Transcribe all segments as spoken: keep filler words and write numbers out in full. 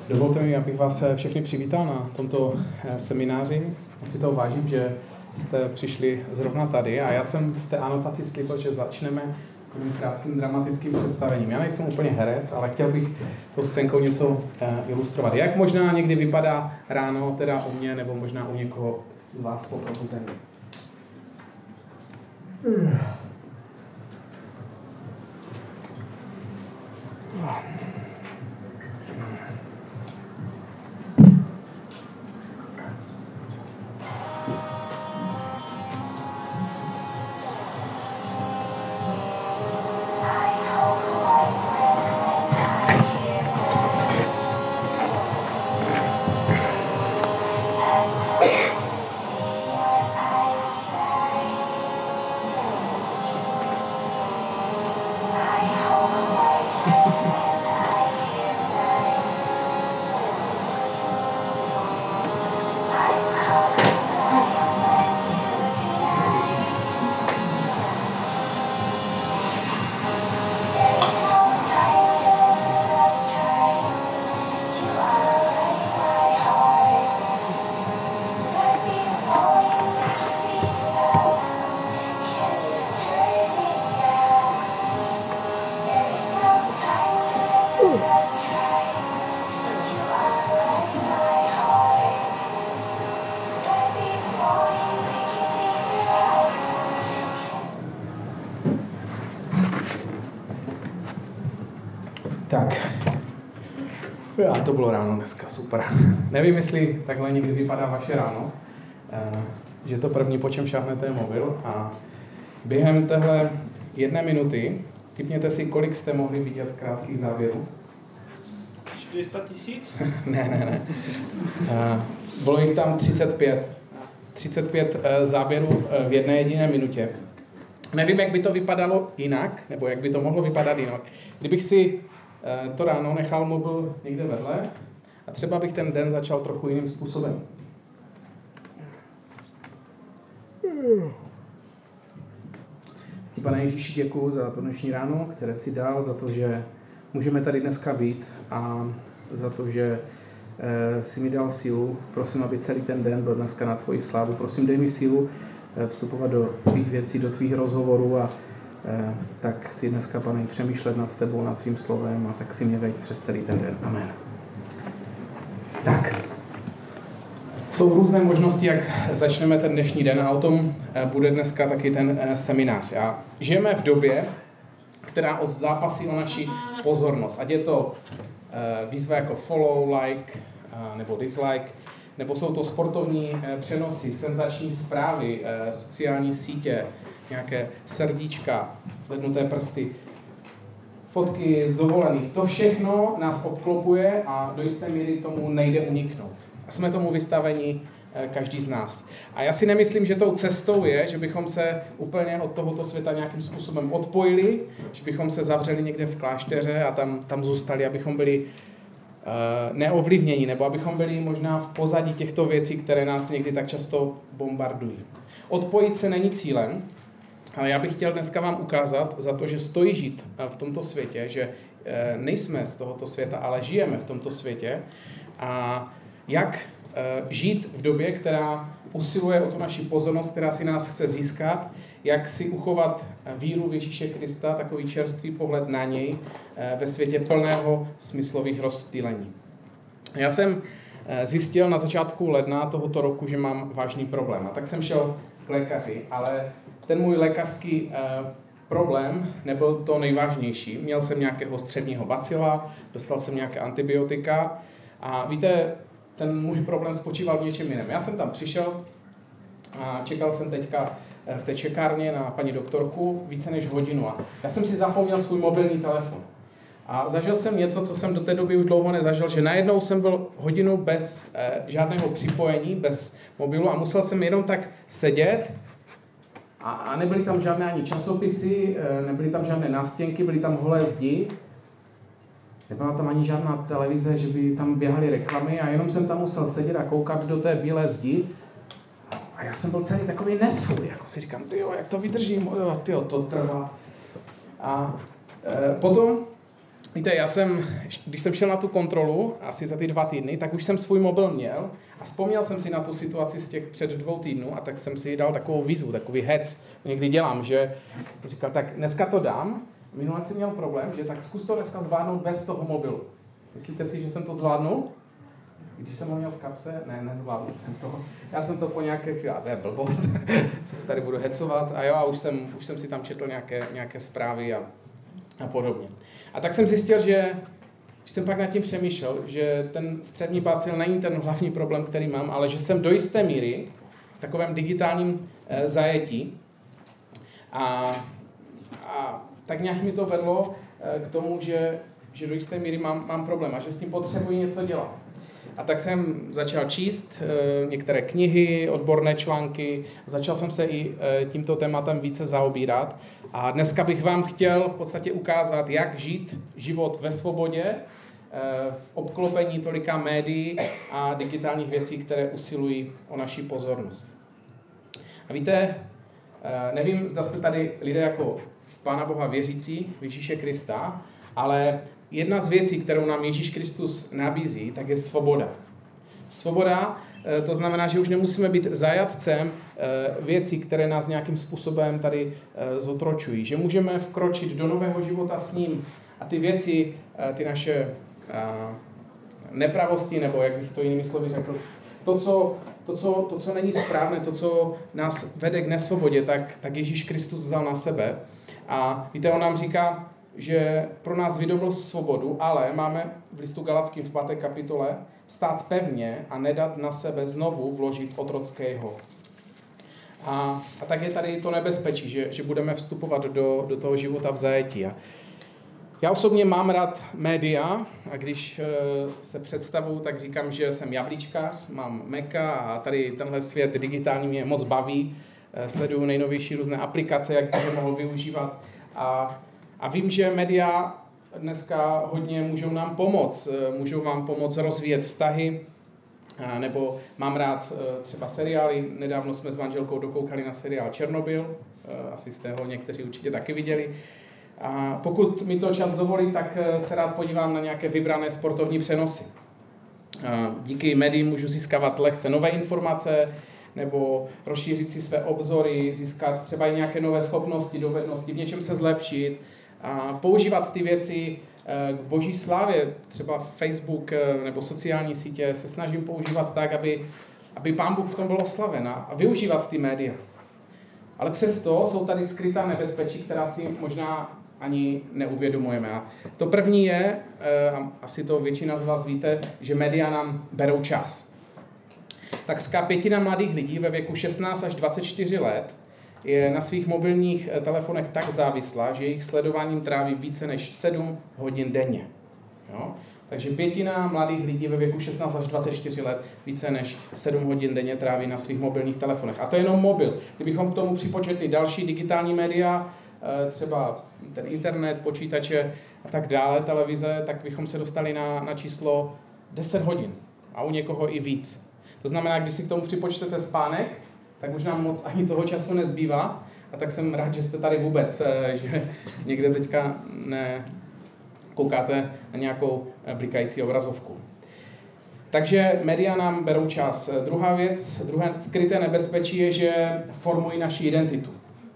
Dovolte mi, abych vás všechny přivítal na tomto semináři. Já si toho vážím, že jste přišli zrovna tady a já jsem v té anotaci slíbil, že začneme takovým krátkým dramatickým představením. Já nejsem úplně herec, ale chtěl bych tou scénkou něco ilustrovat. Jak možná někdy vypadá ráno, teda u mě, nebo možná u někoho z vás po probuzení. Tak, já, to bylo ráno dneska, super. Nevím, jestli takhle někdy vypadá vaše ráno, že to první, po čem šáhnete, je mobil a během téhle jedné minuty tipněte si, kolik jste mohli vidět krátkých záběrů. čtyři sta tisíc? ne, ne, ne. Bylo jich tam třicet pět. třicet pět záběrů v jedné jediné minutě. Nevím, jak by to vypadalo jinak, nebo jak by to mohlo vypadat jinak. Kdybych si to ráno nechal mobil někde vedle a třeba bych ten den začal trochu jiným způsobem. Pane Ježíši, děkuju za to dnešní ráno, které si dal, za to, že můžeme tady dneska být a za to, že si mi dal sílu. Prosím, aby celý ten den byl dneska na tvoji slávu. Prosím, dej mi sílu vstupovat do tvých věcí, do tvých rozhovorů a Eh, tak si dneska, Pane, přemýšlet nad tebou, nad tvým slovem a tak si mě veď přes celý ten den. Amen. Tak. Jsou různé možnosti, jak začneme ten dnešní den a o tom eh, bude dneska taky ten eh, seminář. A žijeme v době, která zápasí o naši pozornost. Ať je to eh, výzva jako follow, like eh, nebo dislike, nebo jsou to sportovní eh, přenosy, senzační zprávy, eh, sociální sítě, nějaké srdíčka, zvednuté prsty, fotky z dovolených. To všechno nás obklopuje a do jisté míry tomu nejde uniknout. A jsme tomu vystaveni každý z nás. A já si nemyslím, že tou cestou je, že bychom se úplně od tohoto světa nějakým způsobem odpojili, že bychom se zavřeli někde v klášteře a tam, tam zůstali, abychom byli uh, neovlivněni, nebo abychom byli možná v pozadí těchto věcí, které nás někdy tak často bombardují. Odpojit se není cílem, ale já bych chtěl dneska vám ukázat za to, že stojí žít v tomto světě, že nejsme z tohoto světa, ale žijeme v tomto světě a jak žít v době, která usiluje o tu naši pozornost, která si nás chce získat, jak si uchovat víru v Ježíše Krista, takový čerstvý pohled na něj ve světě plného smyslových rozptýlení. Já jsem zjistil na začátku ledna tohoto roku, že mám vážný problém a tak jsem šel k lékaři, ale ten můj lékařský uh, problém nebyl to nejvážnější. Měl jsem nějakého středního bacila, dostal jsem nějaké antibiotika a víte, ten můj problém spočíval v něčem jiném. Já jsem tam přišel a čekal jsem teďka v té čekárně na paní doktorku více než hodinu a já jsem si zapomněl svůj mobilní telefon. A zažil jsem něco, co jsem do té doby už dlouho nezažil, že najednou jsem byl hodinu bez eh, žádného připojení, bez mobilu a musel jsem jenom tak sedět a, a nebyly tam žádné ani časopisy, eh, nebyly tam žádné nástěnky, byly tam holé zdi. Nebyla tam ani žádná televize, že by tam běhaly reklamy a jenom jsem tam musel sedět a koukat do té bílé zdi. A já jsem byl celý takový nesl, jako si říkám, tyjo, jak to vydržím, jo, tyjo, to trvá. A e, potom víte, já jsem, když jsem šel na tu kontrolu, asi za ty dva týdny, tak už jsem svůj mobil měl a vzpomněl jsem si na tu situaci z těch před dvou týdnů a tak jsem si dal takovou výzvu, takový hec, někdy dělám, že říkal, tak dneska to dám, minule jsem měl problém, že tak zkus to dneska zvládnout bez toho mobilu. Myslíte si, že jsem to zvládnul? Když jsem ho měl v kapse, ne, nezvládnul jsem to. Já jsem to po nějaké chvíli, a to je blbost, co se tady budu hecovat, a jo, a už jsem, už jsem si tam četl nějaké, nějaké zprávy a, a podobně. A tak jsem zjistil, že když jsem pak nad tím přemýšlel, že ten střevní bacil není ten hlavní problém, který mám, ale že jsem do jisté míry v takovém digitálním e, zajetí. A, a tak nějak mi to vedlo e, k tomu, že, že do jisté míry mám, mám problém a že s tím potřebuji něco dělat. A tak jsem začal číst e, některé knihy, odborné články, začal jsem se i e, tímto tématem více zaobírat. A dneska bych vám chtěl v podstatě ukázat, jak žít život ve svobodě, e, v obklopení tolika médií a digitálních věcí, které usilují o naši pozornost. A víte, e, nevím, zda jste tady lidé jako v Pána Boha věřící, v Ježíše Krista, ale jedna z věcí, kterou nám Ježíš Kristus nabízí, tak je svoboda. Svoboda, to znamená, že už nemusíme být zajatcem věcí, které nás nějakým způsobem tady zotročují. Že můžeme vkročit do nového života s ním a ty věci, ty naše nepravosti, nebo jak bych to jinými slovy řekl, to, co, to, co, to, co není správné, to, co nás vede k nesvobodě, tak, tak Ježíš Kristus vzal na sebe. A víte, on nám říká, že pro nás vydobil svobodu, ale máme v listu Galatským v páté kapitole stát pevně a nedat na sebe znovu vložit otrockého. A, a tak je tady to nebezpečí, že, že budeme vstupovat do, do toho života v zajetí. A já osobně mám rád média a když e, se představuju, tak říkám, že jsem jablíčkář, mám Maca a tady tenhle svět digitální mě moc baví. E, sleduju nejnovější různé aplikace, jak bych je mohl využívat. A A vím, že média dneska hodně můžou nám pomoct. Můžou vám pomoct rozvíjet vztahy, nebo mám rád třeba seriály. Nedávno jsme s manželkou dokoukali na seriál Černobyl, asi jste ho někteří určitě taky viděli. A pokud mi to čas dovolí, tak se rád podívám na nějaké vybrané sportovní přenosy. Díky médiím můžu získávat lehce nové informace, nebo rozšířit si své obzory, získat třeba i nějaké nové schopnosti, dovednosti, v něčem se zlepšit, a používat ty věci k boží slávě, třeba Facebook nebo sociální sítě se snažím používat tak, aby, aby Pán Bůh v tom byl oslaven a využívat ty média. Ale přesto jsou tady skrytá nebezpečí, která si možná ani neuvědomujeme. A to první je, a asi to většina z vás víte, že média nám berou čas. Takřka pětina mladých lidí ve věku šestnáct až dvacet čtyři let je na svých mobilních telefonech tak závislá, že jejich sledováním tráví více než sedm hodin denně. Jo? Takže pětina mladých lidí ve věku šestnáct až dvacet čtyři let více než sedm hodin denně tráví na svých mobilních telefonech. A to je jenom mobil. Kdybychom k tomu připočetli další digitální média, třeba ten internet, počítače a tak dále, televize, tak bychom se dostali na, na číslo deset hodin. A u někoho i víc. To znamená, když si k tomu připočtete spánek, tak už nám moc ani toho času nezbývá. A tak jsem rád, že jste tady vůbec, že někde teďka ne koukáte na nějakou blikající obrazovku. Takže média nám berou čas. Druhá věc, druhé skryté nebezpečí je, že formují naši identitu.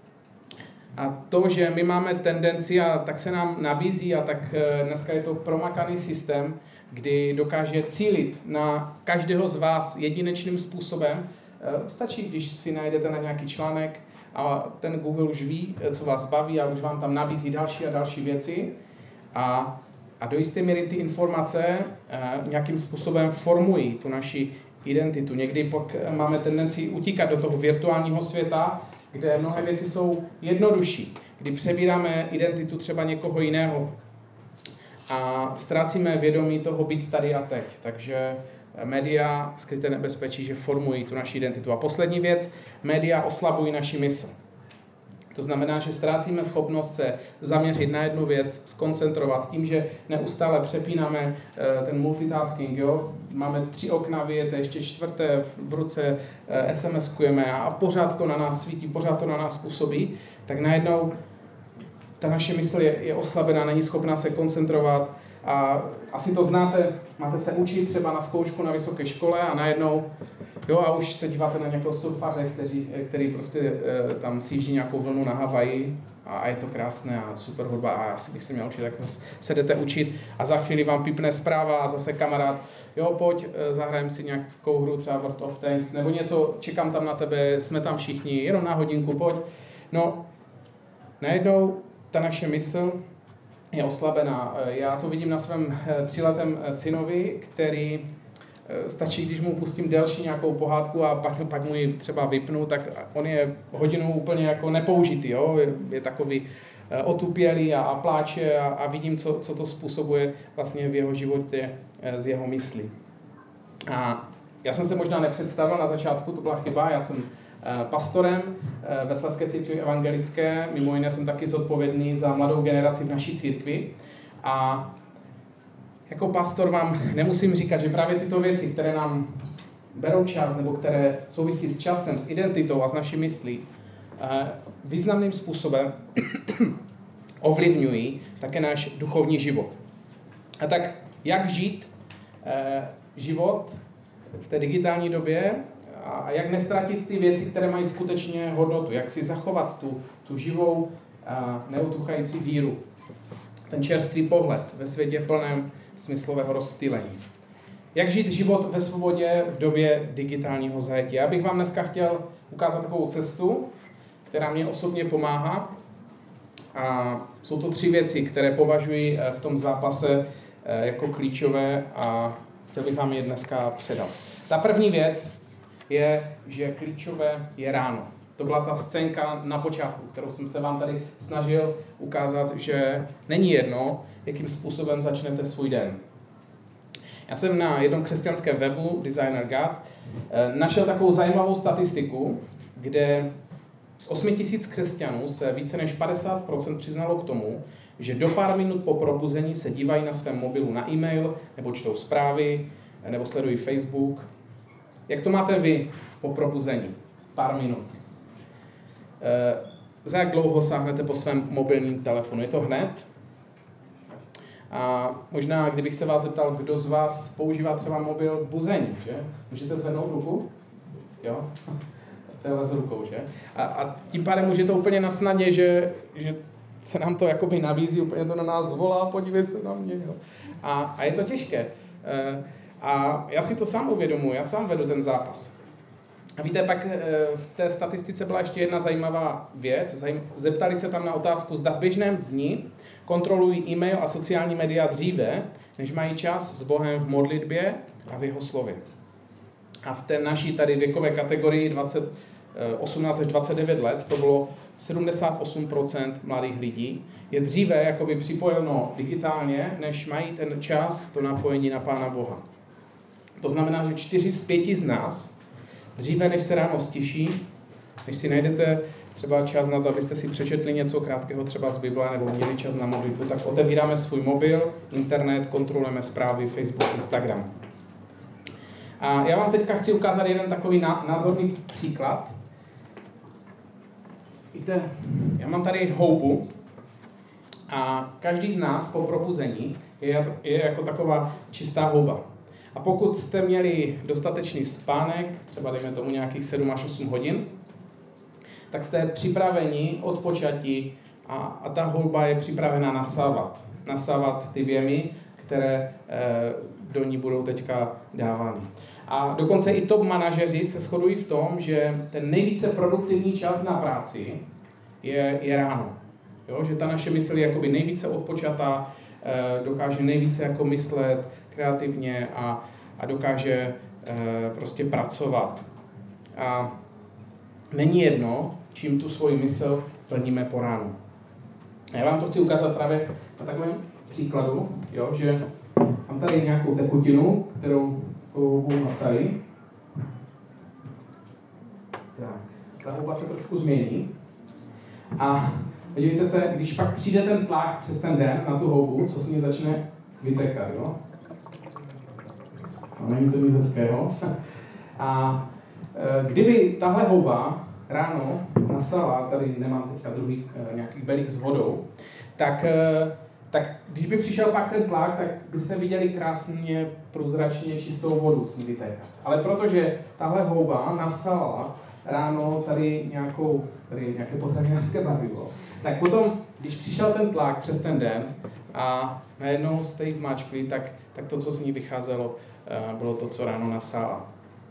A to, že my máme tendenci, a tak se nám nabízí, a tak dneska je to promakaný systém, kdy dokáže cílit na každého z vás jedinečným způsobem. Stačí, když si najdete na nějaký článek a ten Google už ví, co vás baví a už vám tam nabízí další a další věci. A, a do jisté míry ty informace nějakým způsobem formují tu naši identitu. Někdy pak máme tendenci utíkat do toho virtuálního světa, kde mnohé věci jsou jednodušší, kdy přebíráme identitu třeba někoho jiného a ztrácíme vědomí toho být tady a teď. Takže média skryté nebezpečí, že formují tu naši identitu. A poslední věc, média oslabují naši mysl. To znamená, že ztrácíme schopnost se zaměřit na jednu věc, skoncentrovat tím, že neustále přepínáme ten multitasking. Jo? Máme tři okna, vyjete ještě čtvrté, v ruce SMSkujeme a pořád to na nás svítí, pořád to na nás působí, tak najednou ta naše mysl je, je oslabená, není schopná se koncentrovat a asi to znáte, máte se učit třeba na zkoušku na vysoké škole a najednou, jo, a už se díváte na nějakého surfaře, který, který prostě e, tam sjíždí nějakou vlnu na Havaji a je to krásné a super hudba a asi bych se měl učit, tak se jdete učit a za chvíli vám pípne zpráva a zase kamarád, jo, pojď, zahrajeme si nějakou hru, třeba World of Tanks, nebo něco, čekám tam na tebe, jsme tam všichni, jenom na hodinku, pojď. No, najednou ta naše mysl je oslabená. Já to vidím na svém tříletém synovi, který stačí, když mu pustím delší nějakou pohádku a pak, pak mu ji třeba vypnu, tak on je hodinu úplně jako nepoužitý, jo? Je, je takový otupělý a, a pláče a, a vidím, co, co to způsobuje vlastně v jeho životě z jeho myslí. A já jsem se možná nepředstavil na začátku, to byla chyba, já jsem pastorem ve Slezské církvi evangelické, mimo jiné jsem taky zodpovědný za mladou generaci v naší církvi a jako pastor vám nemusím říkat, že právě tyto věci, které nám berou čas nebo které souvisí s časem, s identitou a s naší myslí, významným způsobem ovlivňují také náš duchovní život. A tak jak žít život v té digitální době a jak nestratit ty věci, které mají skutečně hodnotu, jak si zachovat tu, tu živou a neutuchající víru, ten čerstvý pohled ve světě plném smyslového rozptýlení. Jak žít život ve svobodě v době digitálního zajetí. Já bych vám dneska chtěl ukázat takovou cestu, která mě osobně pomáhá. A jsou to tři věci, které považuji v tom zápase jako klíčové a chtěl bych vám je dneska předat. Ta první věc je, že klíčové je ráno. To byla ta scénka na počátku, kterou jsem se vám tady snažil ukázat, že není jedno, jakým způsobem začnete svůj den. Já jsem na jednom křesťanském webu, Designer God, našel takovou zajímavou statistiku, kde z osmi tisíc křesťanů se více než padesát procent přiznalo k tomu, že do pár minut po probuzení se dívají na svém mobilu na e-mail, nebo čtou zprávy, nebo sledují Facebook. Jak to máte vy po probuzení? Pár minut. E, za jak dlouho sáhnete po svém mobilním telefonu? Je to hned? A možná, kdybych se vás zeptal, kdo z vás používá třeba mobil k buzení, že? Můžete zvednout ruku? Jo? Téhle s rukou, že? A, a tím pádem už je to úplně na snadě, že, že se nám to jakoby nabízí, úplně to na nás volá, podívej se na mě. Jo? A, a je to těžké. E, a já si to sám uvědomuji, já sám vedu ten zápas. A víte, pak v té statistice byla ještě jedna zajímavá věc. Zeptali se tam na otázku, zda v běžném dni kontrolují e-mail a sociální média dříve, než mají čas s Bohem v modlitbě a v jeho slově. A v té naší tady věkové kategorii dvacet, osmnáct až dvacet devět let to bylo sedmdesát osm procent mladých lidí. Je dříve jakoby připojeno digitálně, než mají ten čas, to napojení na Pána Boha. To znamená, že čtyři z pěti z nás dříve, než se ráno stiší, než si najdete třeba čas na to, abyste si přečetli něco krátkého třeba z Bible nebo měli čas na modlitbu, tak otevíráme svůj mobil, internet, kontrolujeme zprávy, Facebook, Instagram. A já vám teďka chci ukázat jeden takový názorný příklad. Víte, já mám tady houbu a každý z nás po probuzení je, je jako taková čistá houba. A pokud jste měli dostatečný spánek, třeba dejme tomu nějakých sedm až osm hodin, tak jste připraveni od počatí a, a ta houba je připravena nasávat. Nasávat ty věmy, které e, do ní budou teďka dávány. A dokonce i top manažeři se shodují v tom, že ten nejvíce produktivní čas na práci je, je ráno. Jo? Že ta naše mysl je jakoby nejvíce odpočatá, e, dokáže nejvíce jako myslet kreativně a, a dokáže e, prostě pracovat. A není jedno, čím tu svoji mysl plníme po ránu. A já vám to chci ukázat právě na takovém příkladu, jo, že mám tady nějakou tekutinu, kterou tou houbou nasají. Tak, ta houba se trošku změní. A podívejte se, když pak přijde ten tlak přes ten den na tu houbu, co s ní začne vytekat, jo? A není to nic hezkého. A kdyby tahle houba ráno nasala, tady nemám teďka druhý nějaký belík s vodou, tak, tak když by přišel pak ten tlak, tak byste viděli krásně, průzračně čistou vodu s ní vytékat. Ale protože tahle houba nasala ráno tady nějakou, tady nějaké potravinářské barvivo, tak potom, když přišel ten tlak přes ten den a najednou jste ji zmáčkli, tak, tak to, co z ní vycházelo, bylo to, co ráno nasála.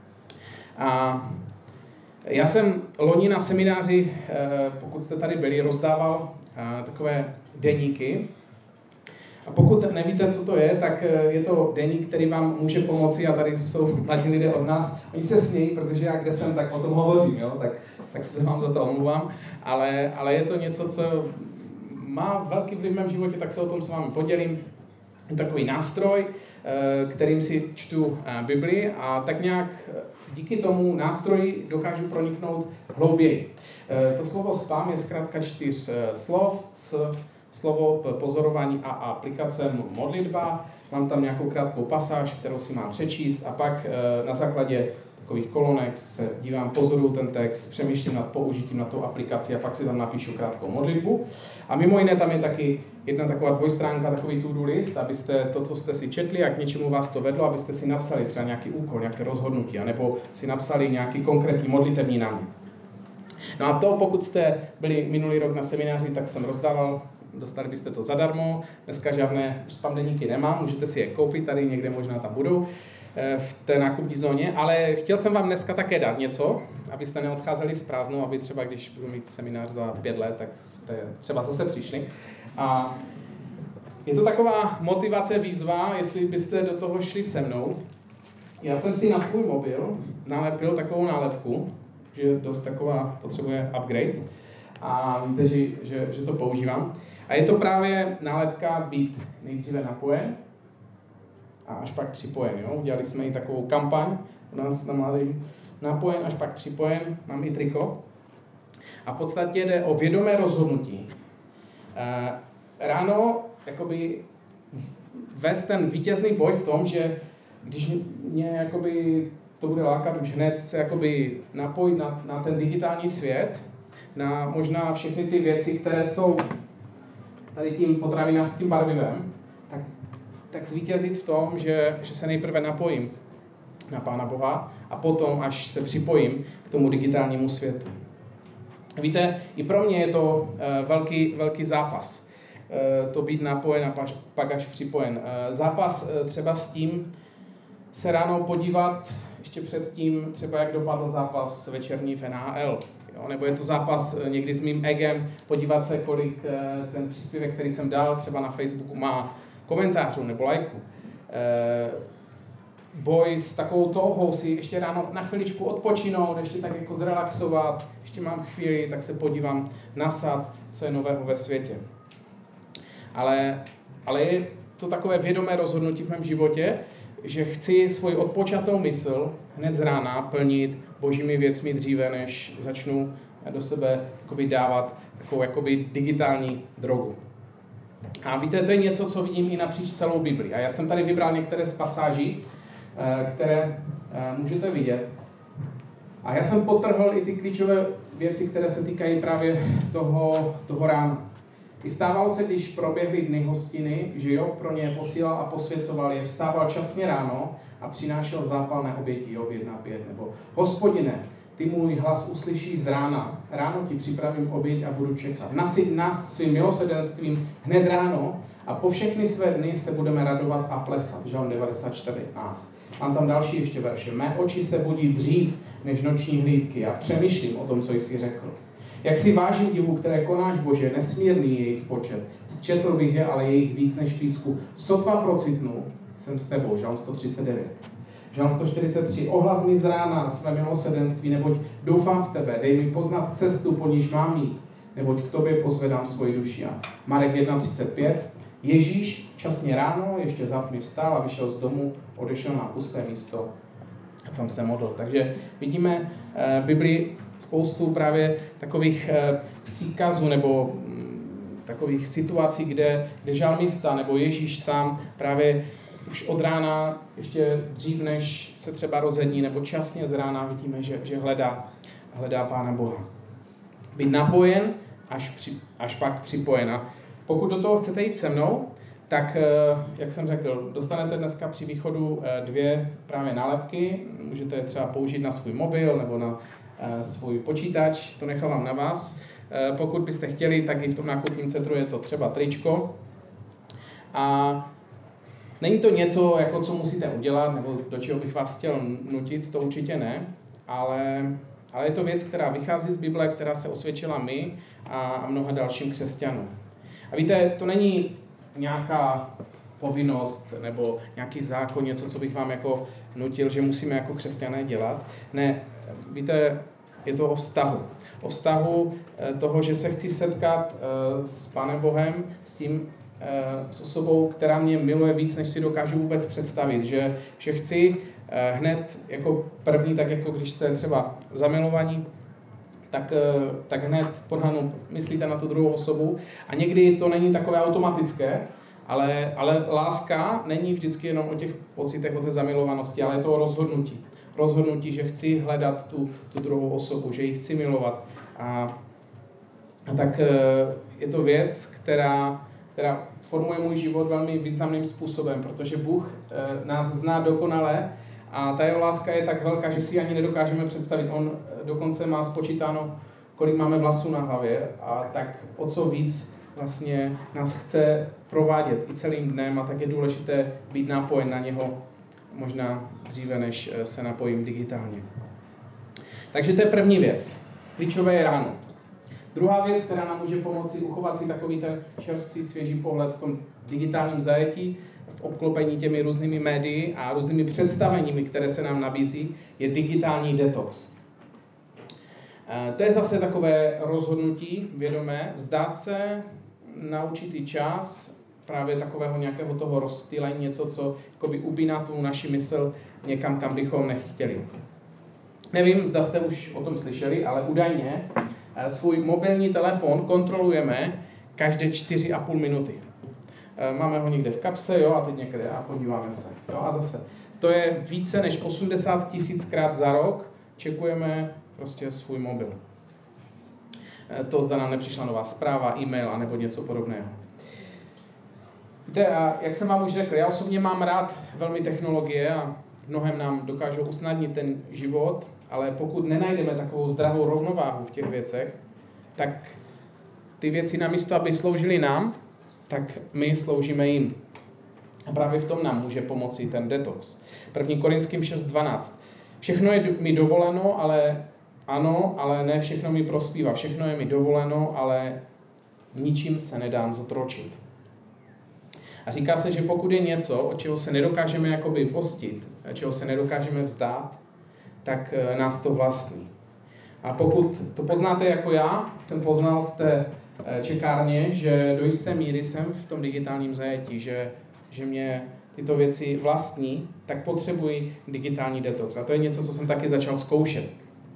A já jsem loni na semináři, pokud jste tady byli, rozdával takové deníky. A pokud nevíte, co to je, tak je to deník, který vám může pomoci, a tady jsou mladí lidé od nás. Oni se smějí, protože já kde jsem, tak o tom hovořím, jo? Tak, tak se vám za to omluvám. Ale, ale je to něco, co má velký vliv v mém životě, tak se o tom s vámi podělím. Je takový nástroj, kterým si čtu Bibli, a tak nějak díky tomu nástroji dokážu proniknout hlouběji. To slovo spam je zkrátka čtyř slov, s slovo pozorování a aplikace modlitba. Mám tam nějakou krátkou pasáž, kterou si mám přečíst, a pak na základě takových kolonek se dívám, pozoruju ten text, přemýšlím nad použitím na tu aplikaci a pak si tam napíšu krátkou modlitbu. A mimo jiné tam je taky jedna taková dvojstránka, takový to-do list, abyste to, co jste si četli a k něčemu vás to vedlo, abyste si napsali třeba nějaký úkol, nějaké rozhodnutí, anebo si napsali nějaký konkrétní modlitební námět. No a to, pokud jste byli minulý rok na semináři, tak jsem rozdával, dostali byste to zadarmo. Dneska žádné spam deníky nemám, můžete si je koupit, tady někde možná tam budou v té nákupní zóně, ale chtěl jsem vám dneska také dát něco, abyste neodcházeli s prázdnou, aby třeba, když budu mít seminář za pět let, tak jste třeba zase přišli. A je to taková motivace, výzva, jestli byste do toho šli se mnou. Já jsem si na svůj mobil nalepil takovou nálepku, že dost taková potřebuje upgrade, a víte, že, že, že to používám. A je to právě nálepka být nejdříve napojen a až pak připojen. Jo? Udělali jsme i takovou kampaň u nás na mladý, napojen až pak připojen, mám i triko. A v podstatě jde o vědomé rozhodnutí. E, ráno jakoby vést ten vítězný boj v tom, že když mě jakoby to bude lákat už hned se jakoby napojit na, na ten digitální svět, na možná všechny ty věci, které jsou tady tím potravinářským barvivem, tak, tak zvítězit v tom, že, že se nejprve napojím na Pána Boha a potom až se připojím k tomu digitálnímu světu. Víte, i pro mě je to uh, velký, velký zápas. Uh, to být napojen a pak, pak až připojen. Uh, zápas uh, třeba s tím se ráno podívat ještě předtím, třeba jak dopadl zápas večerní v N H L. Jo, nebo je to zápas někdy s mým egem, podívat se, kolik ten příspěvek, který jsem dal třeba na Facebooku, má komentářů nebo lajků. E, boj s takovou touhou si ještě ráno na chviličku odpočinout, ještě tak jako zrelaxovat, ještě mám chvíli, tak se podívám nasad, co je nového ve světě. Ale, ale je to takové vědomé rozhodnutí v mém životě, že chci svoji odpočatou mysl hned z rána plnit božími věcmi dříve, než začnu do sebe jakoby dávat takovou jakoby digitální drogu. A víte, to je něco, co vidím i napříč celou Bibli. A já jsem tady vybral některé z pasáží, které můžete vidět. A já jsem podtrhl i ty klíčové věci, které se týkají právě toho, toho rána. I stávalo se, když proběhly dny hostiny, že Job pro ně posílal a posvěcoval je, vstával časně ráno a přinášel zápalné oběti, Job jedna pět, nebo Hospodine, ty můj hlas uslyšíš z rána, ráno ti připravím oběť a budu čekat. Nasyť nás svým milosrdenstvím hned ráno a po všechny své dny se budeme radovat a plesat. Žalm devadesát čtyři jedenáct. Mám tam další ještě verše. Mé oči se budí dřív než noční hlídky a přemýšlím o tom, co jsi řekl. Jak si vážím divu, které konáš, Bože, nesmírný je jejich počet. Zčetl bych je, ale je jich víc než písku. Sotva procitnu, jsem s tebou. Žalm sto třicet devět. Žalm sto čtyřicet tři. Ohlas mi z rána své milosrdenství, neboť doufám v tebe. Dej mi poznat cestu, po níž mám jít, neboť k tobě pozvedám svoji duši. Marek jedna třicet pět. Ježíš časně ráno, ještě za tmy vstál a vyšel z domu, odešel na pusté místo a tam se modlil. Takže vidíme v Biblii spoustu právě takových příkazů nebo takových situací, kde, kde žalmista nebo Ježíš sám právě už od rána, ještě dřív než se třeba rozední, nebo časně z rána vidíme, že, že hledá, hledá Pána Boha. být napojen, až, při, až pak připojen. A pokud do toho chcete jít se mnou, tak, jak jsem řekl, dostanete dneska při východu dvě právě nálepky. Můžete je třeba použít na svůj mobil nebo na svůj počítač, to nechávám na vás. Pokud byste chtěli, tak i v tom nákupním centru je to třeba tričko. A není to něco, jako co musíte udělat, nebo do čeho bych vás chtěl nutit, to určitě ne, ale, ale je to věc, která vychází z Bible, která se osvědčila my a mnoha dalším křesťanům. A víte, to není nějaká povinnost nebo nějaký zákon, něco, co bych vám jako nutil, že musíme jako křesťané dělat. Ne, víte, je to o vztahu. O vztahu toho, že se chci setkat s Pánem Bohem, s tím, s osobou, která mě miluje víc, než si dokážu vůbec představit. Že, že chci hned jako první, tak jako když jste třeba zamilovaní, tak, tak hned podhanu myslíte na tu druhou osobu. A někdy to není takové automatické, ale, ale láska není vždycky jenom o těch pocitech, o té zamilovanosti, ale je to o rozhodnutí. Rozhodnutí, že chci hledat tu, tu druhou osobu, že ji chci milovat. A, a tak je to věc, která, která formuje můj život velmi významným způsobem, protože Bůh nás zná dokonale a ta jeho láska je tak velká, že si ani nedokážeme představit. On dokonce má spočítáno, kolik máme vlasů na hlavě a tak o co víc vlastně nás chce provádět i celým dnem a tak je důležité být napojen na něho možná dříve, než se napojím digitálně. Takže to je první věc. Klíčové je ráno. Druhá věc, která nám může pomoci uchovat si takový ten čerstvý, svěží pohled v tom digitálním zajetí, v obklopení těmi různými médii a různými představeními, které se nám nabízí, je digitální detox. To je zase takové rozhodnutí vědomé, vzdát se na určitý čas právě takového nějakého toho rozptýlení, něco, co jakoby upíná tu naši mysl někam, kam bychom nechtěli. Nevím, zda jste už o tom slyšeli, ale údajně svůj mobilní telefon kontrolujeme každé čtyři a půl minuty. Máme ho někde v kapse, jo, a teď někde a podíváme se. Jo, a zase. To je více než osmdesát tisíckrát za rok čekujeme prostě svůj mobil. To zda nám nepřišla nová zpráva, e-mail a nebo něco podobného. Víte, a jak jsem vám už řekl, já osobně mám rád velmi technologie a v mnohem nám dokážou usnadnit ten život, ale pokud nenajdeme takovou zdravou rovnováhu v těch věcech, tak ty věci namísto, aby sloužily nám, tak my sloužíme jim. A právě v tom nám může pomoci ten detox. první Korinským šest dvanáct. Všechno je mi dovoleno, ale ano, ale ne všechno mi prospívá. Všechno je mi dovoleno, ale ničím se nedám zotročit. A říká se, že pokud je něco, od čeho se nedokážeme jakoby postit, čeho se nedokážeme vzdát, tak nás to vlastní. A pokud to poznáte jako já, jsem poznal v té čekárně, že do jisté míry jsem v tom digitálním zajetí, že, že mě tyto věci vlastní, tak potřebuji digitální detox. A to je něco, co jsem taky začal zkoušet.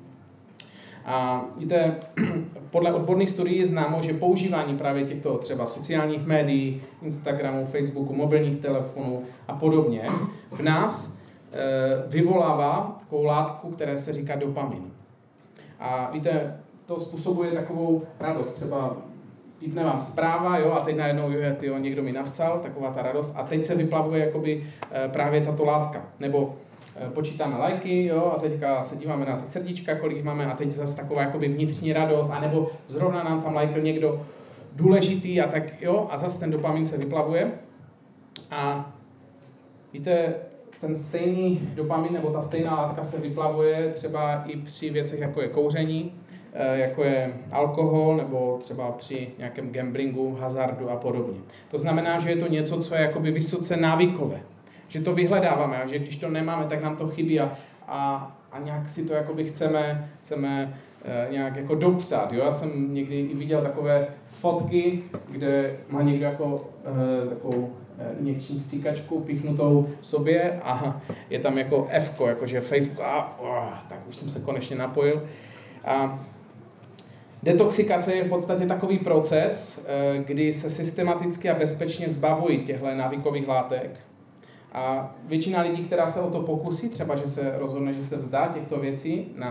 A víte, podle odborných studií je známo, že používání právě těchto třeba sociálních médií, Instagramu, Facebooku, mobilních telefonů a podobně v nás e, vyvolává takovou látku, které se říká dopamin. A víte, to způsobuje takovou radost. Třeba pípne vám zpráva, jo, a teď najednou jo, tyjo, někdo mi napsal, taková ta radost, a teď se vyplavuje jakoby e, právě tato látka. Nebo počítáme lajky, jo, a teďka se díváme na ty srdíčka, kolik máme, a teď zase taková jakoby vnitřní radost, anebo zrovna nám tam lajkl někdo důležitý, a tak jo, a zase ten dopamin se vyplavuje. A víte, ten stejný dopamin, nebo ta stejná látka se vyplavuje třeba i při věcech, jako je kouření, jako je alkohol, nebo třeba při nějakém gamblingu, hazardu a podobně. To znamená, že je to něco, co je jakoby vysoce návykové. Že to vyhledáváme a že když to nemáme, tak nám to chybí a, a, a nějak si to jakoby chceme, chceme e, nějak jako dopřát. Jo? Já jsem někdy i viděl takové fotky, kde má někdo jako e, takovou e, injekční stříkačku píchnutou v sobě a je tam jako F-ko, jakože Facebook, a oh, tak už jsem se konečně napojil. A detoxikace je v podstatě takový proces, e, kdy se systematicky a bezpečně zbavují těchto návykových látek. A většina lidí, která se o to pokusí, třeba že se rozhodne, že se vzdá těchto věcí na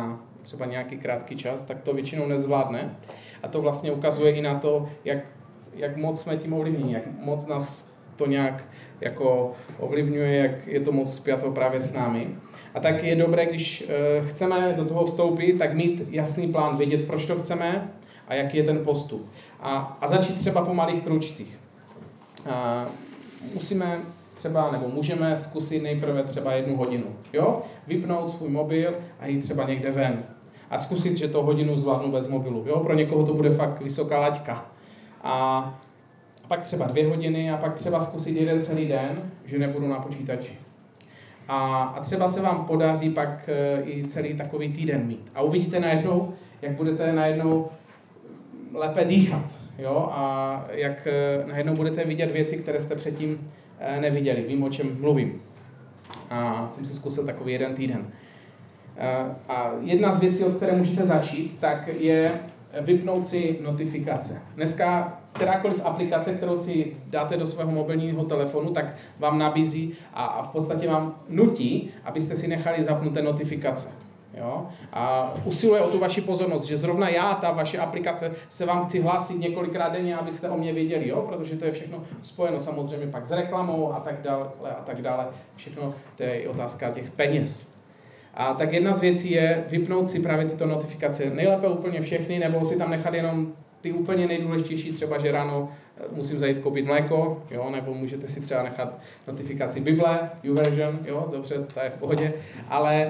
třeba nějaký krátký čas, tak to většinou nezvládne. A to vlastně ukazuje i na to, jak, jak moc jsme tím ovlivněni, jak moc nás to nějak jako ovlivňuje, jak je to moc spjato právě s námi. A tak je dobré, když uh, chceme do toho vstoupit, tak mít jasný plán, vědět, proč to chceme a jaký je ten postup. A, a začít třeba po malých kručcích. Uh, musíme třeba, nebo můžeme zkusit nejprve třeba jednu hodinu. Jo? Vypnout svůj mobil a jít třeba někde ven. A zkusit, že to hodinu zvládnu bez mobilu. Jo? Pro někoho to bude fakt vysoká laťka. A pak třeba dvě hodiny a pak třeba zkusit jeden celý den, že nebudu na počítači. A, a třeba se vám podaří pak e, i celý takový týden mít. A uvidíte najednou, jak budete najednou lépe dýchat. Jo? A jak e, najednou budete vidět věci, které jste předtím e, neviděli. Vím, o čem mluvím. A jsem si zkusil takový jeden týden. E, a jedna z věcí, od které můžete začít, tak je vypnout si notifikace. Dneska kterákoliv aplikace, kterou si dáte do svého mobilního telefonu, tak vám nabízí a, a v podstatě vám nutí, abyste si nechali zapnuté notifikace. Jo? A usiluje o tu vaši pozornost, že zrovna já, ta vaše aplikace, se vám chci hlásit několikrát denně, abyste o mě věděli, jo? Protože to je všechno spojeno samozřejmě pak s reklamou a tak dále a tak dále. Všechno to je i otázka těch peněz. A tak jedna z věcí je vypnout si právě tyto notifikace. Nejlépe úplně všechny, nebo si tam nechat jenom ty úplně nejdůležitější, třeba, že ráno musím zajít koupit mléko, jo, nebo můžete si třeba nechat notifikaci Bible, YouVersion, jo, dobře, to je v pohodě, ale e,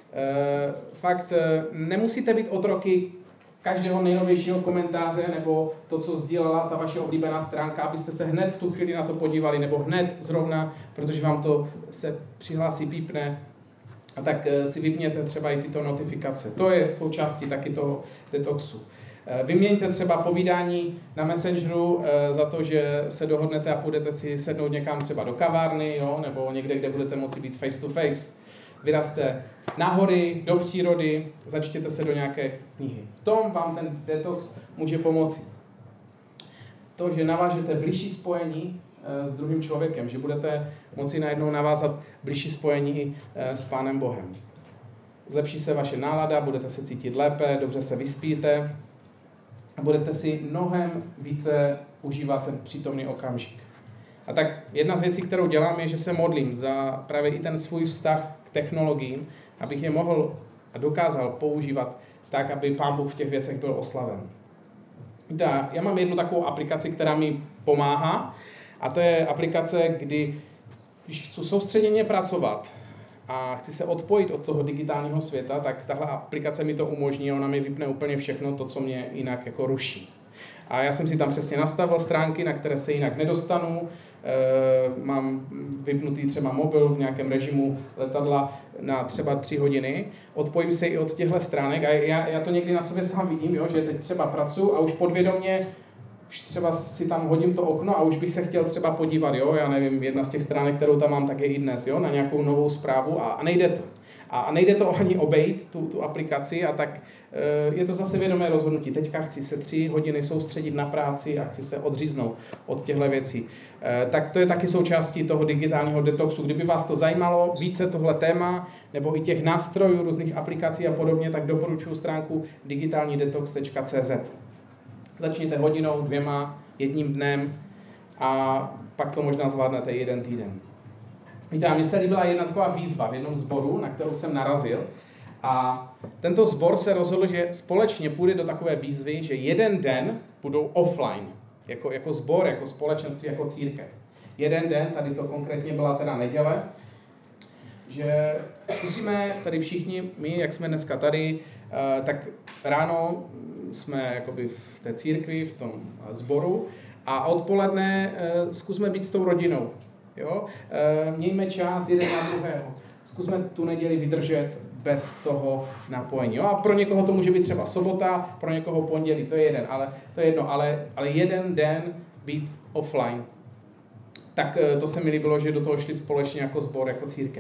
fakt e, nemusíte být otroky každého nejnovějšího komentáře, nebo to, co sdílela ta vaše oblíbená stránka, abyste se hned v tu chvíli na to podívali, nebo hned zrovna, protože vám to se přihlásí, pípne, a tak e, si vypněte třeba i tyto notifikace. To je součástí taky toho detoxu. Vyměňte třeba povídání na Messengeru e, za to, že se dohodnete a půjdete si sednout někam třeba do kavárny, jo, nebo někde, kde budete moci být face to face. Vyrazte na hory, do přírody, začtěte se do nějaké knihy. V tom vám ten detox může pomoci. To, že navážete bližší spojení e, s druhým člověkem, že budete moci najednou navázat bližší spojení e, s Pánem Bohem. Zlepší se vaše nálada, budete se cítit lépe, dobře se vyspíte, a budete si mnohem více užívat ten přítomný okamžik. A tak jedna z věcí, kterou dělám, je, že se modlím za právě i ten svůj vztah k technologiím, abych je mohl a dokázal používat tak, aby Pán Bůh v těch věcech byl oslaven. Já mám jednu takovou aplikaci, která mi pomáhá, a to je aplikace, kdy, když chci soustředěně pracovat a chci se odpojit od toho digitálního světa, tak tahle aplikace mi to umožní a ona mi vypne úplně všechno to, co mě jinak jako ruší. A já jsem si tam přesně nastavil stránky, na které se jinak nedostanu, e, mám vypnutý třeba mobil v nějakém režimu letadla na třeba tři hodiny, odpojím se i od těchto stránek a já, já to někdy na sobě sám vidím, jo, že teď třeba pracuji a už podvědomě už třeba si tam hodím to okno a už bych se chtěl třeba podívat, jo, já nevím, jedna z těch stránek, kterou tam mám, tak je i dnes, jo, na nějakou novou zprávu a, a nejde to. A, a nejde to ani obejít, tu, tu aplikaci, a tak e, je to zase vědomé rozhodnutí. Teďka chci se tři hodiny soustředit na práci a chci se odříznout od těchto věcí. E, tak to je taky součástí toho digitálního detoxu. Kdyby vás to zajímalo více tohle téma, nebo i těch nástrojů, různých aplikací a podobně, tak doporučuji stránku digitální detox tečka cé zet. Začněte hodinou, dvěma, jedním dnem a pak to možná zvládnete jeden týden. Víte, a mně se líbila jedna taková výzva v jednom sboru, na kterou jsem narazil. A tento sbor se rozhodl, že společně půjde do takové výzvy, že jeden den budou offline, jako, jako sbor, jako společenství, jako církev. Jeden den, tady to konkrétně byla teda neděle, že zkusíme tady všichni, my, jak jsme dneska tady, tak ráno jsme jakoby v té církvi, v tom sboru a odpoledne zkusme být s tou rodinou. Jo? Mějme čas jeden na druhého. Zkusme tu neděli vydržet bez toho napojení. Jo? A pro někoho to může být třeba sobota, pro někoho pondělí, to je jeden, ale to je jedno, ale, ale jeden den být offline. Tak to se mi líbilo, že do toho šli společně jako sbor, jako církev.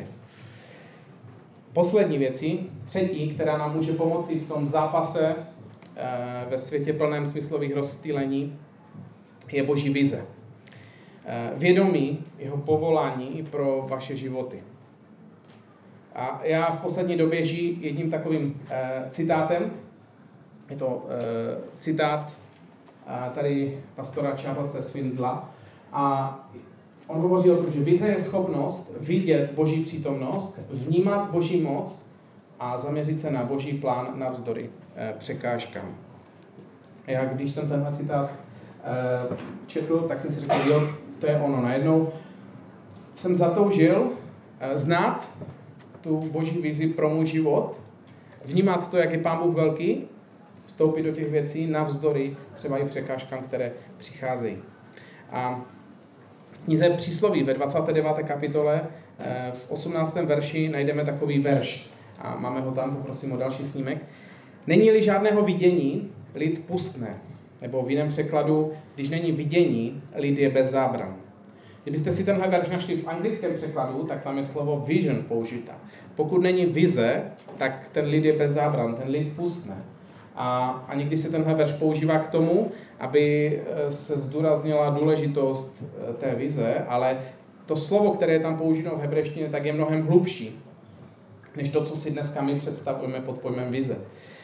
Poslední věci, třetí, která nám může pomoci v tom zápase e, ve světě plném smyslových rozptýlení, je Boží vize. E, vědomí jeho povolání pro vaše životy. A já v poslední době žiji jedním takovým e, citátem. Je to e, citát e, tady pastora Charlesa Swindla. A on hovoří o tom, že vize je schopnost vidět Boží přítomnost, vnímat Boží moc a zaměřit se na Boží plán navzdory e, překážkám. A já, když jsem tenhle citát e, četl, tak jsem si řekl, jo, to je ono. Najednou jsem zatoužil e, znát tu Boží vizi pro můj život, vnímat to, jak je Pán Bůh velký, vstoupit do těch věcí navzdory třeba i překážkám, které přicházejí. A v knize Přísloví ve dvacáté deváté kapitole v osmnáctém verši najdeme takový verš. A máme ho tam, poprosím o další snímek. Není-li žádného vidění, lid pustne. Nebo v jiném překladu, když není vidění, lid je bez zábran. Kdybyste si tenhle verš našli v anglickém překladu, tak tam je slovo vision použita. Pokud není vize, tak ten lid je bez zábran, ten lid pustne. A, a někdy se tenhle verš používá k tomu, aby se zdůraznila důležitost té vize, ale to slovo, které je tam použito v hebrejštině, tak je mnohem hlubší, než to, co si dneska my představujeme pod pojmem vize.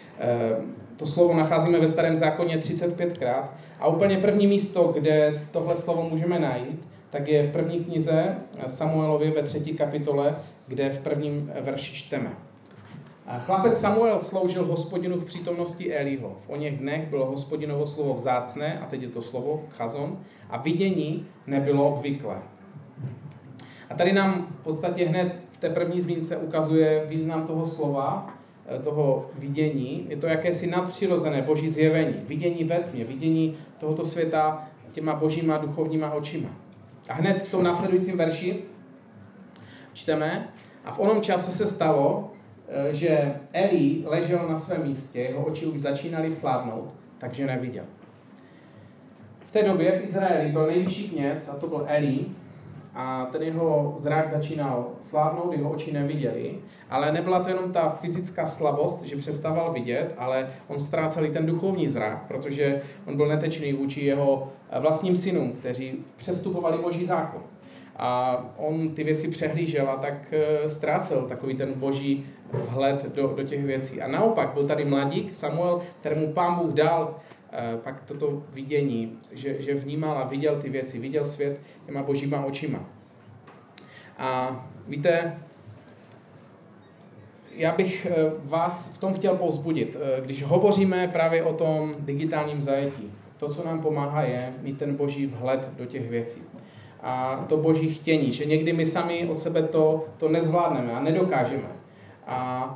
To slovo nacházíme ve Starém zákoně třicet pětkrát a úplně první místo, kde tohle slovo můžeme najít, tak je v první knize Samuelově ve třetí kapitole, kde v prvním verši čteme. Chlapec Samuel sloužil Hospodinu v přítomnosti Eliho. V oněch dnech bylo Hospodinovo slovo vzácné, a teď je to slovo chazon, a vidění nebylo obvyklé. A tady nám v podstatě hned v té první zmínce ukazuje význam toho slova, toho vidění. Je to jakési nadpřirozené boží zjevení. Vidění ve tmě, vidění tohoto světa těma božíma duchovníma očima. A hned v tom následujícím verši čteme, a v onom čase se stalo, že Eli ležel na svém místě, jeho oči už začínaly slávnout, takže neviděl. V té době v Izraeli byl nejvyšší kněz, a to byl Eli, a ten jeho zrak začínal slávnout, jeho oči neviděli, ale nebyla to jenom ta fyzická slabost, že přestával vidět, ale on ztrácel i ten duchovní zrak, protože on byl netečný vůči jeho vlastním synům, kteří přestupovali boží zákon. A on ty věci přehlížel a tak ztrácel takový ten boží vhled do, do těch věcí. A naopak byl tady mladík Samuel, kterému Pán Bůh dal eh, pak toto vidění, že, že vnímal a viděl ty věci, viděl svět těma božíma očima. A víte, já bych vás v tom chtěl povzbudit. Když hovoříme právě o tom digitálním zajetí, to, co nám pomáhá, je mít ten boží vhled do těch věcí. A to boží chtění, že někdy my sami od sebe to, to nezvládneme a nedokážeme. A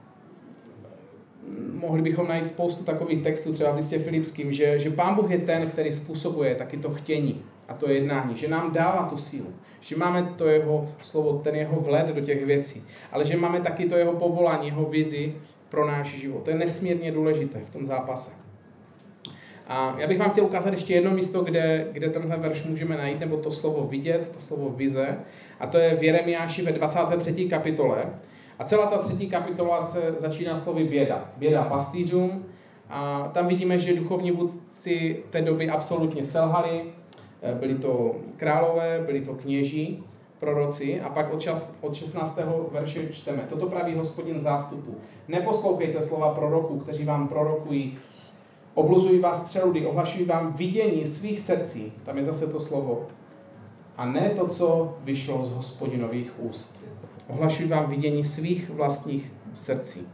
mohli bychom najít spoustu takových textů, třeba v listě Filipským, že, že Pán Bůh je ten, který způsobuje taky to chtění a to jednání, že nám dává tu sílu, že máme to jeho slovo, ten jeho vhled do těch věcí, ale že máme taky to jeho povolání, jeho vizi pro náš život. To je nesmírně důležité v tom zápase. A já bych vám chtěl ukázat ještě jedno místo, kde, kde tenhle verš můžeme najít, nebo to slovo vidět, to slovo vize, a to je v Jeremiáši ve dvacáté třetí kapitole. A celá ta třetí kapitola se začíná slovy běda. Běda pastýřům. A tam vidíme, že duchovní vůdci té doby absolutně selhali. Byli to králové, byli to kněží, proroci. A pak od, čas, od šestnáctého verše čteme. Toto praví Hospodin zástupu. Neposlouchejte slova proroků, kteří vám prorokují. Obluzují vás střeludy, ohlašují vám vidění svých srdcí. Tam je zase to slovo. A ne to, co vyšlo z Hospodinových úst. Ohlašují vám vidění svých vlastních srdcí.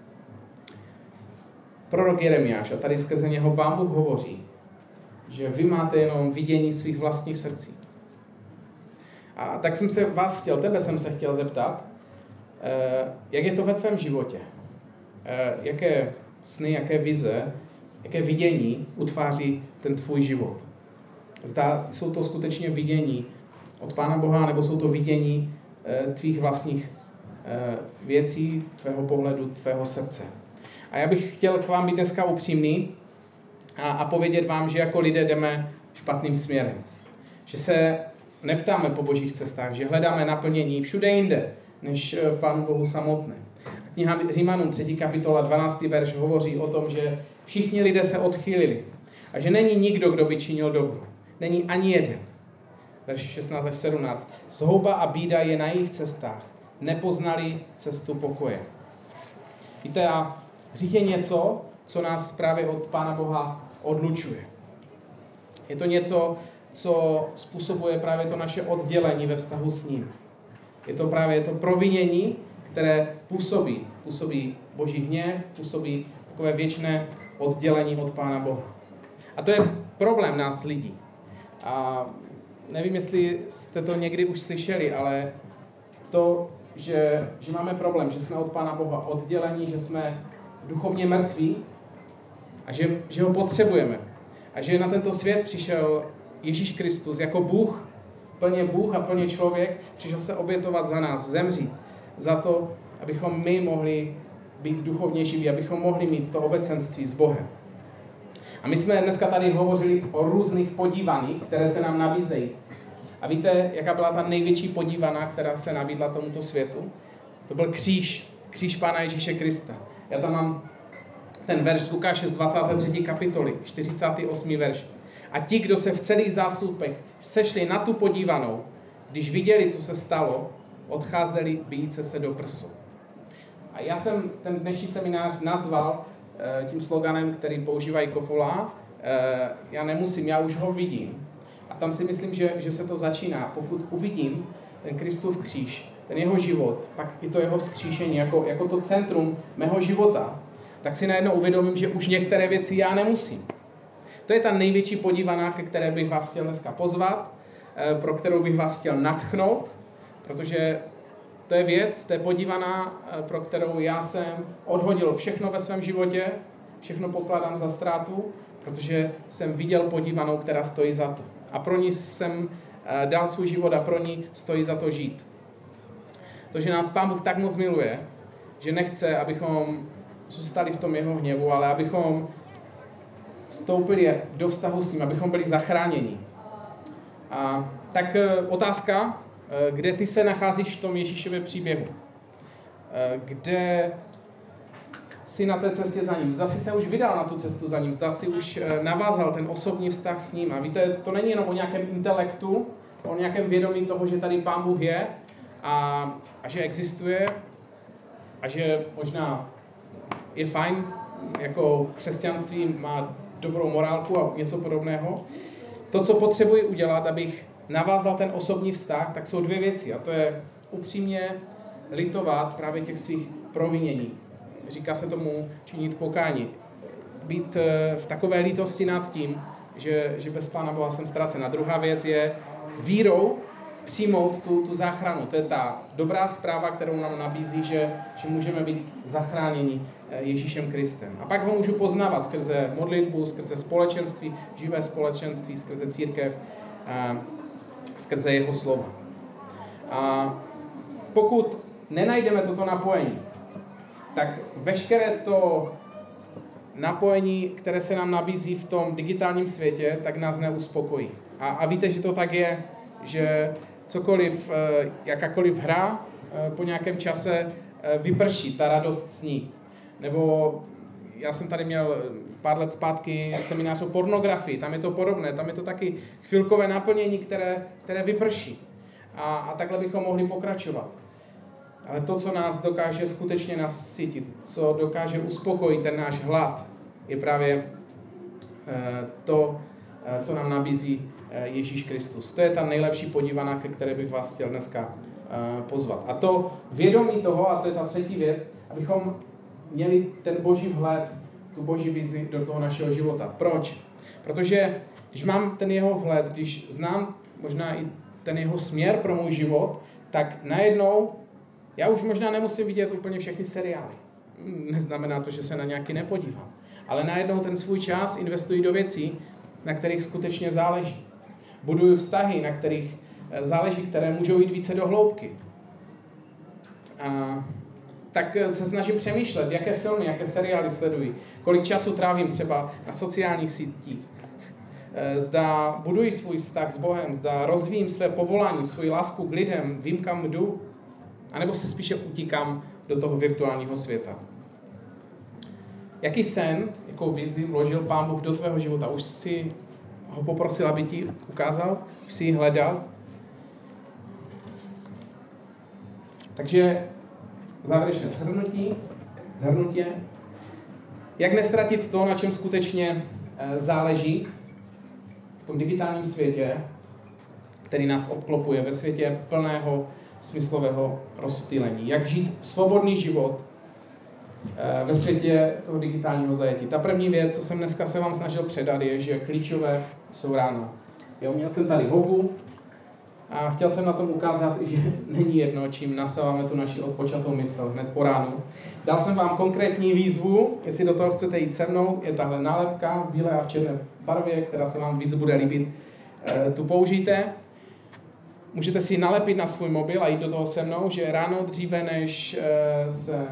Prorok Jeremiáš, a tady skrze něho Pán Bůh hovoří, že vy máte jenom vidění svých vlastních srdcí. A tak jsem se vás chtěl, tebe jsem se chtěl zeptat, jak je to ve tvém životě? Jaké sny, jaké vize, jaké vidění utváří ten tvůj život? Zdá, jsou to skutečně vidění od Pána Boha, nebo jsou to vidění tvých vlastních věcí, tvého pohledu, tvého srdce. A já bych chtěl k vám být dneska upřímný a, a povědět vám, že jako lidé jdeme špatným směrem. Že se neptáme po božích cestách, že hledáme naplnění všude jinde, než v Pánu Bohu samotné. Kniha Římanům třetí kapitola dvanáctý verš hovoří o tom, že všichni lidé se odchýlili a že není nikdo, kdo by činil dobro. Není ani jeden. Verš šestnáct až sedmnáct. Zhouba a bída je na jejich cestách. nepoznali cestu pokoje. Víte, a hřích je něco, co nás právě od Pána Boha odlučuje. Je to něco, co způsobuje právě to naše oddělení ve vztahu s ním. Je to právě to provinění, které působí. Působí Boží hněv, působí takové věčné oddělení od Pána Boha. A to je problém nás lidí. A nevím, jestli jste to někdy už slyšeli, ale to, že, že máme problém, že jsme od Pána Boha oddělení, že jsme duchovně mrtví a že, že ho potřebujeme. A že na tento svět přišel Ježíš Kristus jako Bůh, plně Bůh a plně člověk, přišel se obětovat za nás, zemřít. Za to, abychom my mohli být duchovně živí, abychom mohli mít to obecenství s Bohem. A my jsme dneska tady hovořili o různých podívaných, které se nám nabízejí. A víte, jaká byla ta největší podívaná, která se nabídla tomuto světu? To byl kříž. Kříž Pána Ježíše Krista. Já tam mám ten verš z Lukáše z dvacáté třetí kapitoly, čtyřicátý osmý verš. A ti, kdo se v celých zásupech sešli na tu podívanou, když viděli, co se stalo, odcházeli bijíce se do prsu. A já jsem ten dnešní seminář nazval e, tím sloganem, který používají Kofola. E, já nemusím, já už ho vidím. A tam si myslím, že, že se to začíná. Pokud uvidím ten Kristův kříž, ten jeho život, pak i to jeho vzkříšení jako, jako to centrum mého života, tak si najednou uvědomím, že už některé věci já nemusím. To je ta největší podívaná, ke které bych vás chtěl dneska pozvat, pro kterou bych vás chtěl nadchnout, protože to je věc, to je podívaná, pro kterou já jsem odhodil všechno ve svém životě, všechno pokládám za ztrátu, protože jsem viděl podívanou, která stojí za to. A pro ní jsem dal svůj život a pro ní stojí za to žít. To, že nás Pán Bůh tak moc miluje, že nechce, abychom zůstali v tom jeho hněvu, ale abychom vstoupili do vztahu s ním, abychom byli zachráněni. A tak otázka, kde ty se nacházíš v tom Ježíšově příběhu? Kde jsi na té cestě za ním? Zda jsi se už vydal na tu cestu za ním, zda jsi už navázal ten osobní vztah s ním. A víte, to není jenom o nějakém intelektu, o nějakém vědomí toho, že tady Pán Bůh je a, a že existuje a že možná je fajn, jako křesťanství má dobrou morálku a něco podobného. To, co potřebuji udělat, abych navázal ten osobní vztah, tak jsou dvě věci. A to je upřímně litovat právě těch svých provinění. Říká se tomu činit pokání. Být v takové lítosti nad tím, že, že bez Pána Boha jsem ztracen. A druhá věc je vírou přijmout tu, tu záchranu. To je ta dobrá zpráva, kterou nám nabízí, že, že můžeme být zachráněni Ježíšem Kristem. A pak ho můžu poznávat skrze modlitbu, skrze společenství, živé společenství, skrze církev, a skrze jeho slova. A pokud nenajdeme toto napojení, tak veškeré to napojení, které se nám nabízí v tom digitálním světě, tak nás neuspokojí. A, a víte, že to tak je, že cokoliv, jakákoliv hra po nějakém čase vyprší, ta radost s ní. Nebo já jsem tady měl pár let zpátky seminář o pornografii, tam je to podobné, tam je to taky chvilkové naplnění, které, které vyprší. A, a takhle bychom mohli pokračovat. Ale to, co nás dokáže skutečně nasytit, co dokáže uspokojit ten náš hlad, je právě to, co nám nabízí Ježíš Kristus. To je ta nejlepší podívaná, ke které bych vás chtěl dneska pozvat. A to vědomí toho, a to je ta třetí věc, abychom měli ten boží vhled, tu boží vizi do toho našeho života. Proč? Protože když mám ten jeho vhled, když znám možná i ten jeho směr pro můj život, tak najednou já už možná nemusím vidět úplně všechny seriály. Neznamená to, že se na nějaký nepodívám. Ale najednou ten svůj čas investuji do věcí, na kterých skutečně záleží. Buduju vztahy, na kterých záleží, které můžou jít více do hloubky. A tak se snažím přemýšlet, jaké filmy, jaké seriály sleduji, kolik času trávím třeba na sociálních sítích. Zda buduji svůj vztah s Bohem, zda rozvíjím své povolání, svou lásku k lidem, vím, kam jdu, anebo se spíše utíkám do toho virtuálního světa. Jaký sen, jakou vizi vložil Pán Bůh do tvého života? Už jsi ho poprosil, aby ti ukázal? Už jsi ji hledal? Takže závěrečné shrnutí, shrnutí, jak nestratit to, na čem skutečně záleží v tom digitálním světě, který nás obklopuje, ve světě plného smyslového rozptýlení. Jak žít svobodný život ve světě toho digitálního zajetí. Ta první věc, co jsem dneska se vám snažil předat, je, že klíčové jsou ráno. Jo, měl jsem tady hobu a chtěl jsem na tom ukázat, že není jedno, čím nasáváme tu naši odpočatou mysl hned po ránu. Dal jsem vám konkrétní výzvu, jestli do toho chcete jít se mnou, je tahle nálepka v bílé a v černé barvě, která se vám víc bude líbit, e, tu použijte. Můžete si ji nalepit na svůj mobil a jít do toho se mnou, že ráno dříve, než e, se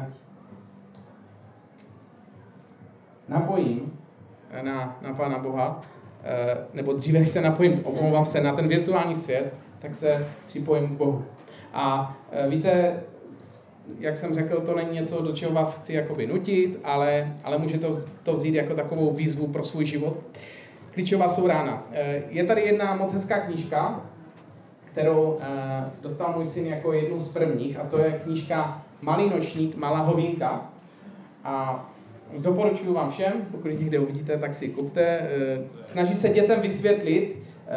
napojím na, na Pána Boha, e, nebo dříve, než se napojím, omlouvám se, na ten virtuální svět, tak se připojím k Bohu. A e, víte, jak jsem řekl, to není něco, do čeho vás chci jakoby nutit, ale, ale můžete to vzít jako takovou výzvu pro svůj život. Klíčová jsou rána. E, je tady jedna moc hezká knížka, kterou e, dostal můj syn jako jednu z prvních, a to je knížka Malý nočník, malá hovínka. A doporučuji vám všem, pokud ji někde uvidíte, tak si ji kupte. Snaží se dětem vysvětlit,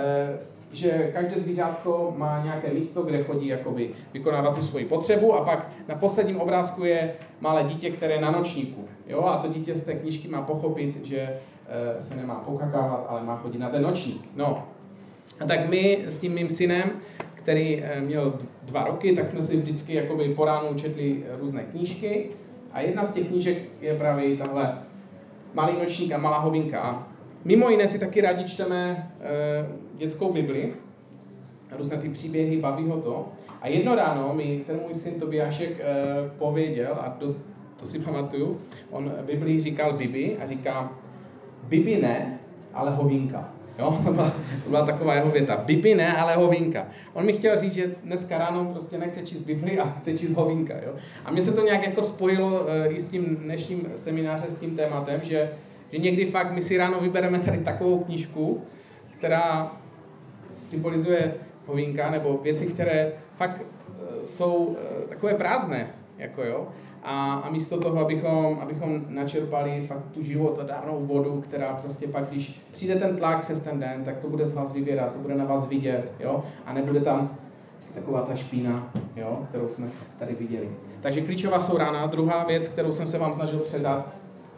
že každé zvířátko má nějaké místo, kde chodí jakoby vykonávat tu svoji potřebu, a pak na posledním obrázku je malé dítě, které je na nočníku. Jo? A to dítě z té knížky má pochopit, že se nemá pokakávat, ale má chodit na ten nočník. No. A tak my s tím mým synem, který měl dva roky, tak jsme si vždycky jakoby po ránu četli různé knížky. A jedna z těch knížek je právě tahle Malý nočník a malá hovinka. Mimo jiné si taky rádi čteme e, dětskou Bibli, různé ty příběhy, baví ho to. A jedno ráno mi ten můj syn Tobiášek e, pověděl, a to, to si pamatuju, on Biblii říkal Bibi a říká Bibi ne, ale hovinka. Jo? To, byla, to byla taková jeho věta. Bibi ne, ale hovinka. On mi chtěl říct, že dneska ráno prostě nechce číst Bibli a chce číst hovinka. Jo? A mně se to nějak jako spojilo uh, i s tím dnešním seminářem, s tím tématem, že, že někdy fakt my si ráno vybereme tady takovou knížku, která symbolizuje hovinka, nebo věci, které fakt uh, jsou uh, takové prázdné. Jako jo? A, a místo toho, abychom, abychom načerpali fakt tu životodárnou vodu, která prostě pak, když přijde ten tlak přes ten den, tak to bude z vás vybírat, to bude na vás vidět, jo? A nebude tam taková ta špína, jo? Kterou jsme tady viděli. Takže klíčová jsou rána. Druhá věc, kterou jsem se vám snažil předat,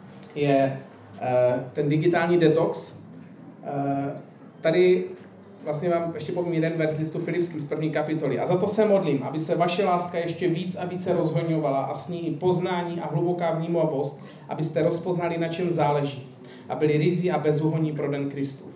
je uh, ten digitální detox. Uh, tady vlastně vám ještě povím jeden verš z listu Filipským z první kapitoly. A za to se modlím, aby se vaše láska ještě víc a více rozhoňovala a s ní i poznání a hluboká vnímavost, abyste rozpoznali, na čem záleží a byli ryzí a bezúhonní pro den Kristův.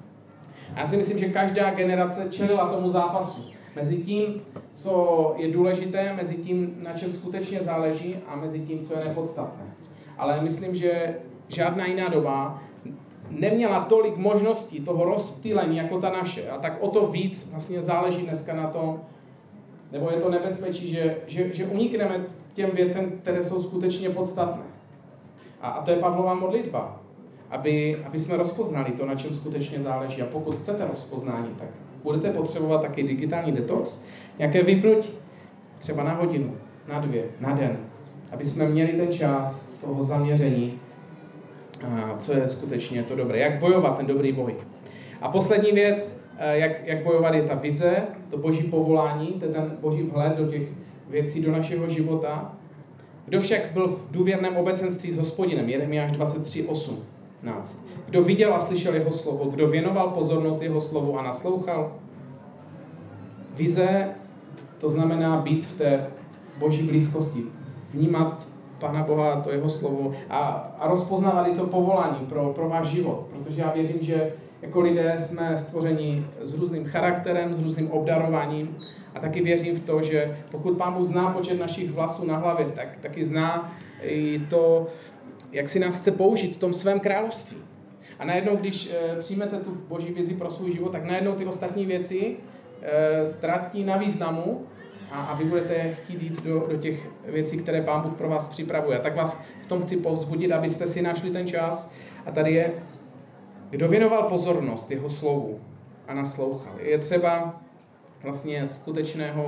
A já si myslím, že každá generace čelila tomu zápasu mezi tím, co je důležité, mezi tím, na čem skutečně záleží, a mezi tím, co je nepodstatné. Ale myslím, že žádná jiná doba neměla tolik možností toho rozptýlení jako ta naše. A tak o to víc vlastně záleží dneska na tom, nebo je to nebezpečí, že, že, že unikneme těm věcem, které jsou skutečně podstatné. A, a to je Pavlova modlitba, aby, aby jsme rozpoznali to, na čem skutečně záleží. A pokud chcete rozpoznání, tak budete potřebovat taky digitální detox, nějaké vypnutí, třeba na hodinu, na dvě, na den, aby jsme měli ten čas toho zaměření, a co je skutečně to dobré. Jak bojovat ten dobrý boj. A poslední věc, jak, jak bojovat, je ta vize, to boží povolání, to je ten boží vhled do těch věcí do našeho života. Kdo však byl v důvěrném obecenství s Hospodinem, Jeremiáš dvacet tři osmnáct. Kdo viděl a slyšel jeho slovo, kdo věnoval pozornost jeho slovu a naslouchal. Vize, to znamená být v té boží blízkosti, vnímat Pána Boha, to jeho slovo, a, a rozpoznávali to povolání pro, pro váš život. Protože já věřím, že jako lidé jsme stvořeni s různým charakterem, s různým obdarováním, a taky věřím v to, že pokud Pán Bůh zná počet našich vlasů na hlavě, tak taky zná i to, jak si nás chce použít v tom svém království. A najednou, když e, přijmete tu boží vizi pro svůj život, tak najednou ty ostatní věci e, ztratí na významu, a, a vy budete chtít jít do, do těch věcí, které Pán Bůh pro vás připravuje. A tak vás v tom chci povzbudit, abyste si našli ten čas. A tady je, kdo věnoval pozornost jeho slovu a naslouchal. Je třeba vlastně skutečného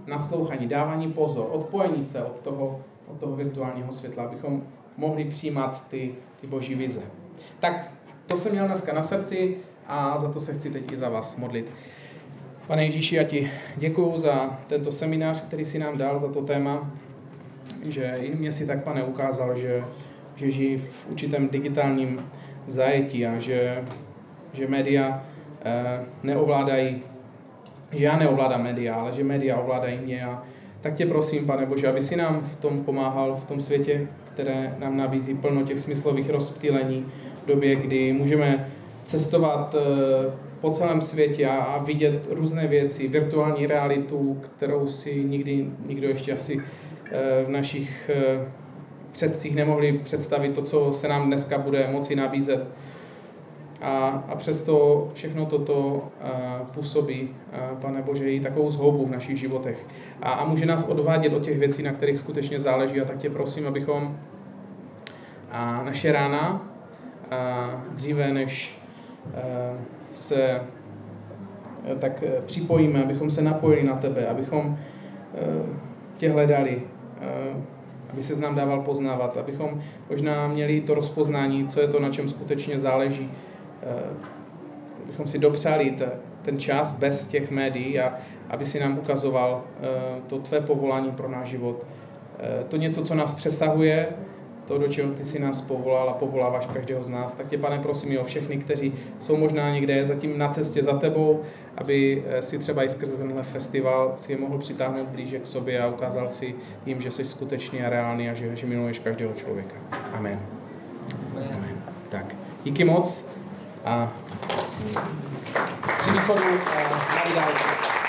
naslouchání, dávání pozor, odpojení se od toho, od toho virtuálního světla, abychom mohli přijímat ty, ty boží vize. Tak to jsem měl dneska na srdci a za to se chci teď i za vás modlit. Pane Ježíši, já ti děkuju za tento seminář, který si nám dal, za to téma, že i mě si tak, Pane, ukázal, že, že žijí v určitém digitálním zajetí a že, že média eh, neovládají, že já neovládám média, ale že média ovládají mě. A tak tě prosím, Pane Bože, aby si nám v tom pomáhal, v tom světě, které nám nabízí plno těch smyslových rozptýlení, v době, kdy můžeme cestovat eh, po celém světě a vidět různé věci, virtuální realitu, kterou si nikdy nikdo ještě asi v našich předcích nemohli představit, to, co se nám dneska bude moci nabízet. A, a přesto všechno toto působí, Pane Bože, i takovou zhobu v našich životech. A, a může nás odvádět od těch věcí, na kterých skutečně záleží. A tak tě prosím, abychom a naše rána, a dříve než se tak připojíme, abychom se napojili na tebe, abychom tě hledali, aby se nám dával poznávat, abychom možná měli to rozpoznání, co je to, na čem skutečně záleží, abychom si dopřáli ten čas bez těch médií a aby si nám ukazoval to tvé povolání pro náš život. To něco, co nás přesahuje, to, do čeho ty si nás povolal a povoláváš každého z nás. Tak tě, Pane, prosím i o všechny, kteří jsou možná někde zatím na cestě za tebou, aby si třeba i skrze tenhle festival si je mohl přitáhnout blíže k sobě a ukázal si jim, že jsi skutečný a reálný a že, že miluješ každého člověka. Amen. Amen. Tak, díky moc a při východu a